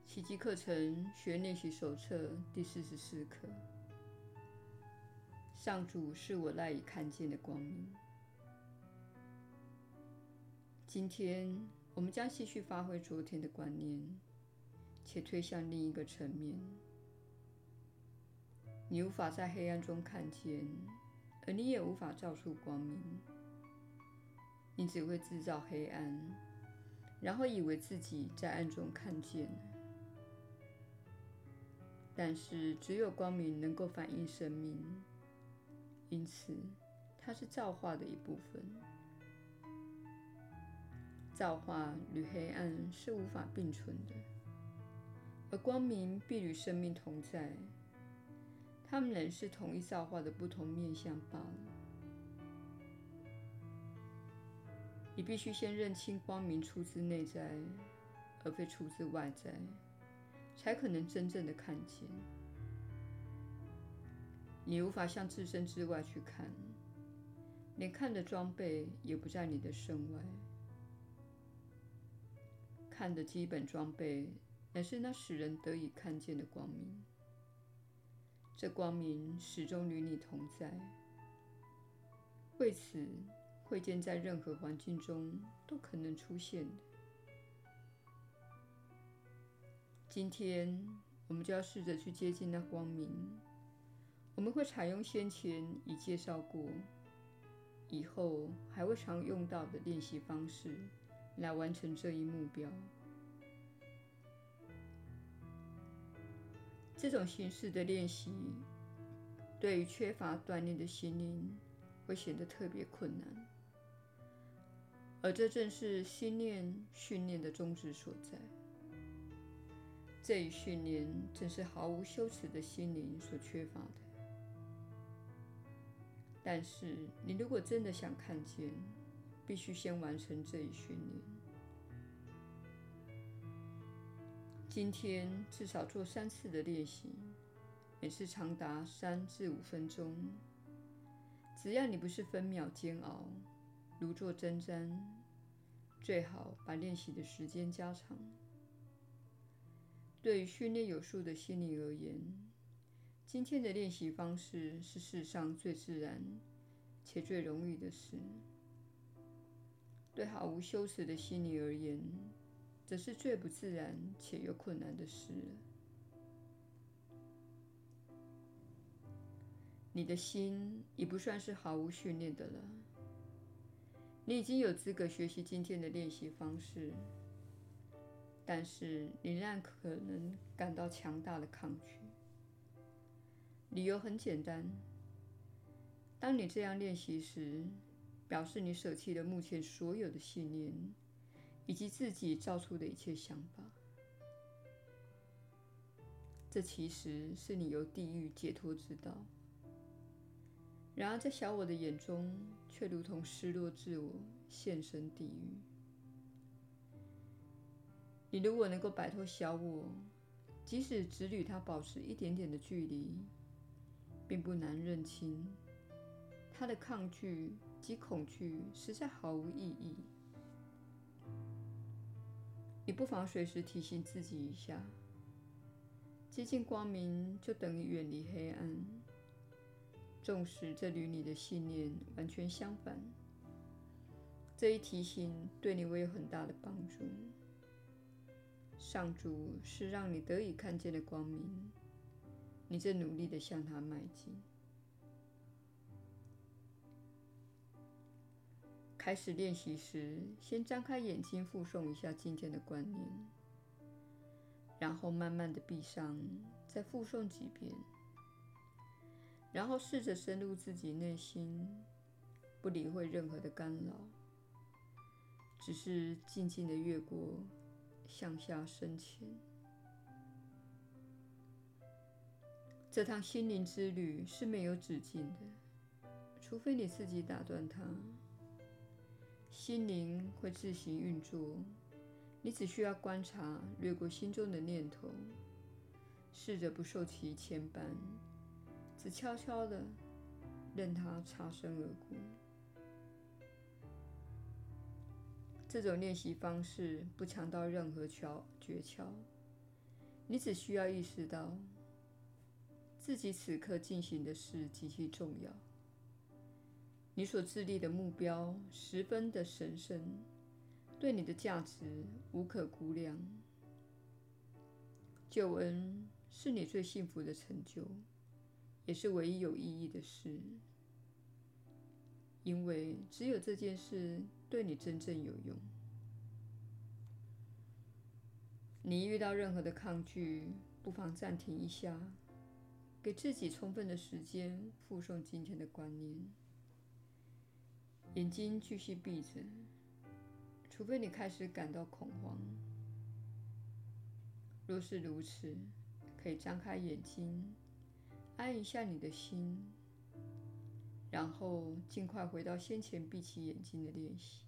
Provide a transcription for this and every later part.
奇迹课程学练习手册第44课。上主是我赖以看见的光明。今天我们将继续发挥昨天的观念，且推向另一个层面。你无法在黑暗中看见，而你也无法照出光明。你只会制造黑暗，然后以为自己在暗中看见。但是只有光明能够反映生命，因此它是造化的一部分。造化与黑暗是无法并存的，而光明必与生命同在，它们仍是同一造化的不同面向罢了。你必须先认清光明出自内在，而非出自外在，才可能真正的看见。你无法向自身之外去看，连看的装备也不在你的身外。看的基本装备乃是那使人得以看见的光明。这光明始终与你同在，为此慧见在任何环境中都可能出现的。今天我们就要试着去接近那光明。我们会采用先前已介绍过，以后还会常用到的练习方式来完成这一目标。这种形式的练习对于缺乏锻炼的心灵会显得特别困难，而这正是心念训练的宗旨所在。这一训练正是毫无羞耻的心灵所缺乏的。但是你如果真的想看见，必须先完成这一训练。今天至少做3次的练习，每次长达3至5分钟。只要你不是分秒煎熬，如坐针毡，最好把练习的时间加长。对于训练有素的心灵而言，今天的练习方式是世上最自然且最容易的事。对毫无羞耻的心灵而言，则是最不自然且又困难的事了。你的心已不算是毫无训练的了，你已经有资格学习今天的练习方式，但是你仍然可能感到强大的抗拒。理由很简单，当你这样练习时，表示你舍弃了目前所有的信念，以及自己造出的一切想法。这其实是你由地狱解脱之道。然而在小我的眼中，却如同失落自我现身地狱。你如果能够摆脱小我，即使只与它保持一点点的距离，并不难认清它的抗拒及恐惧实在毫无意义。你不妨随时提醒自己一下，接近光明就等于远离黑暗，纵使这与你的信念完全相反。这一提醒对你会有很大的帮助。上主是让你得以看见的光明，你正努力地向它迈进。开始练习时，先张开眼睛复诵一下今天的观念，然后慢慢地闭上，再复诵几遍。然后试着深入自己内心，不理会任何的干扰，只是静静地越过，向下深潜。这趟心灵之旅是没有止境的，除非你自己打断它。心灵会自行运作，你只需要观察，掠过心中的念头，试着不受其牵绊，只悄悄地任它擦身而过。这种练习方式不强调任何诀窍， 你只需要意识到自己此刻进行的事极其重要，你所致力的目标十分的神圣，对你的价值无可估量。救恩是你最幸福的成就，也是唯一有意义的事，因为只有这件事对你真正有用。你遇到任何的抗拒，不妨暂停一下，给自己充分的时间复诵今天的观念。眼睛继续闭着，除非你开始感到恐慌。若是如此，可以张开眼睛，安一下你的心，然后尽快回到先前闭起眼睛的练习。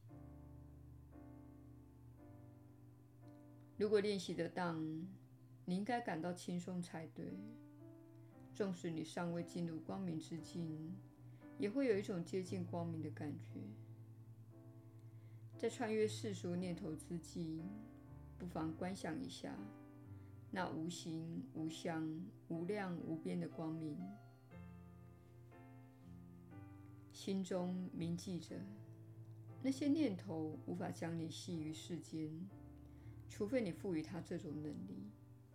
如果练习得当，你应该感到轻松才对。纵使你尚未进入光明之境，也会有一种接近光明的感觉。在穿越世俗念头之际，不妨观想一下那无形、无相、无量、无边的光明。心中铭记着，那些念头无法将你系于世间，除非你赋予它这种能力。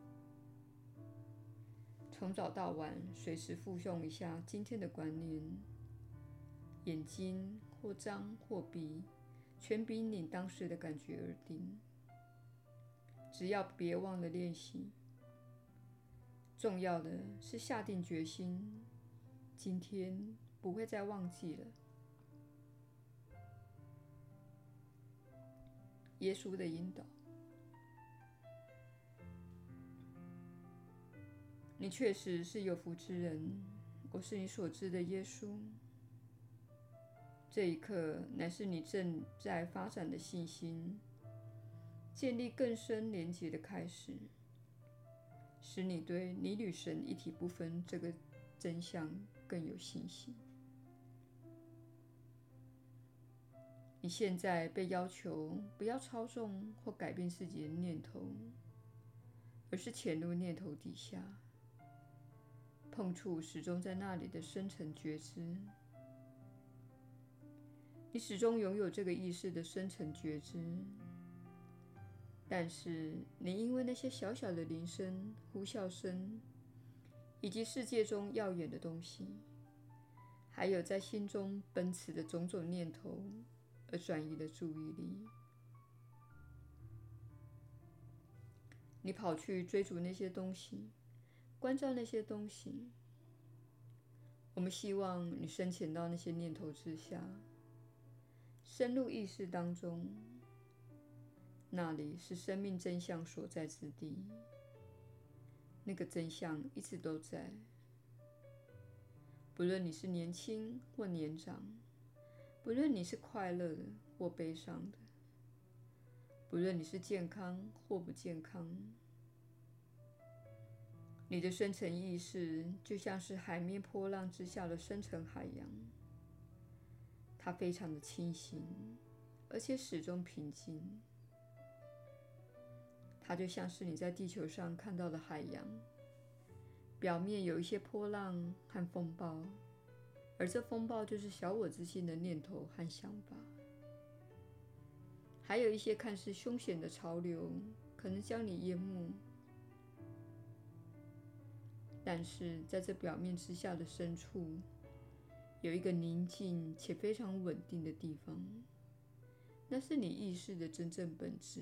从早到晚，随时复诵一下今天的观念。眼睛或张或闭，全凭你当时的感觉而定。只要别忘了练习。重要的是下定决心，今天不会再忘记了。耶稣的引导。你确实是有福之人，我是你所知的耶稣。这一刻乃是你正在发展的信心建立更深连结的开始，使你对你与神一体不分这个真相更有信心。你现在被要求不要操纵或改变自己的念头，而是潜入念头底下，碰触始终在那里的深层觉知。你始终拥有这个意识的深层觉知，但是你因为那些小小的铃声、呼啸声，以及世界中耀眼的东西，还有在心中奔驰的种种念头，而转移了注意力。你跑去追逐那些东西，关照那些东西。我们希望你深潜到那些念头之下，深入意识当中，那里是生命真相所在之地。那个真相一直都在，不论你是年轻或年长，不论你是快乐的或悲伤的，不论你是健康或不健康。你的深层意识就像是海面波浪之下的深层海洋，它非常的清醒，而且始终平静。它就像是你在地球上看到的海洋，表面有一些波浪和风暴，而这风暴就是小我之心的念头和想法。还有一些看似凶险的潮流，可能将你淹没。但是在这表面之下的深处，有一个宁静且非常稳定的地方，那是你意识的真正本质。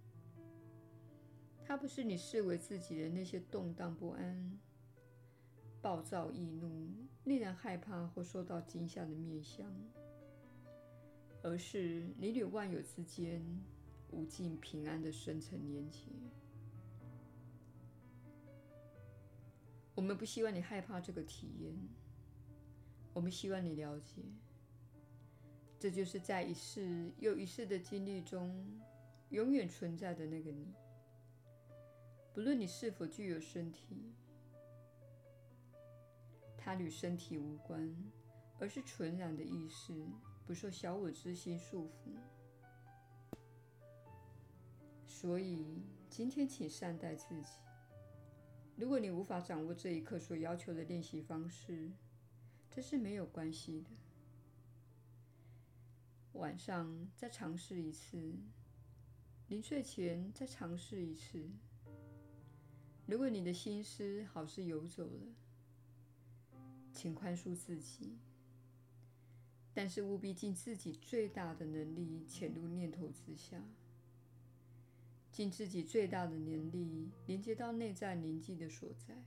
它不是你视为自己的那些动荡不安、暴躁易怒、令人害怕或受到惊吓的面相，而是你与万有之间无尽平安的深层连结。我们不希望你害怕这个体验，我们希望你了解，这就是在一世又一世的经历中永远存在的那个你。不论你是否具有身体，它与身体无关，而是纯然的意识，不受小我之心束缚。所以今天请善待自己， 如果你无法掌握这一刻所要求的练习方式，这是没有关系的。晚上再尝试一次，临睡前再尝试一次。如果你的心思好似游走了，请宽恕自己，但是务必尽自己最大的能力潜入念头之下，尽自己最大的能力连接到内在宁静的所在。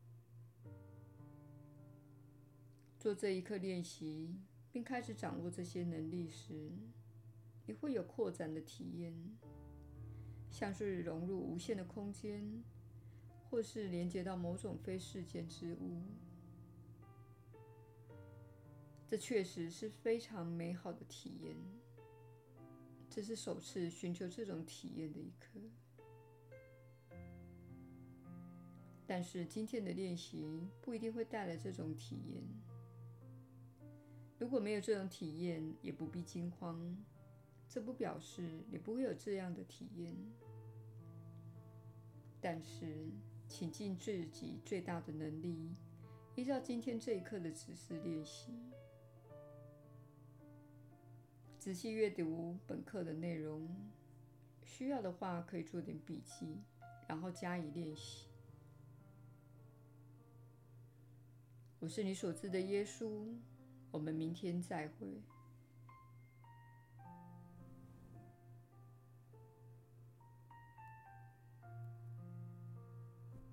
做这一刻练习，并开始掌握这些能力时，你会有扩展的体验，像是融入无限的空间，或是连接到某种非世间之物。这确实是非常美好的体验。这是首次寻求这种体验的一刻。但是今天的练习不一定会带来这种体验。如果没有这种体验，也不必惊慌，这不表示你不会有这样的体验。但是，请尽自己最大的能力，依照今天这一刻的指示练习。仔细阅读本课的内容，需要的话可以做点笔记，然后加以练习。我是你所知的耶稣，我们明天再会。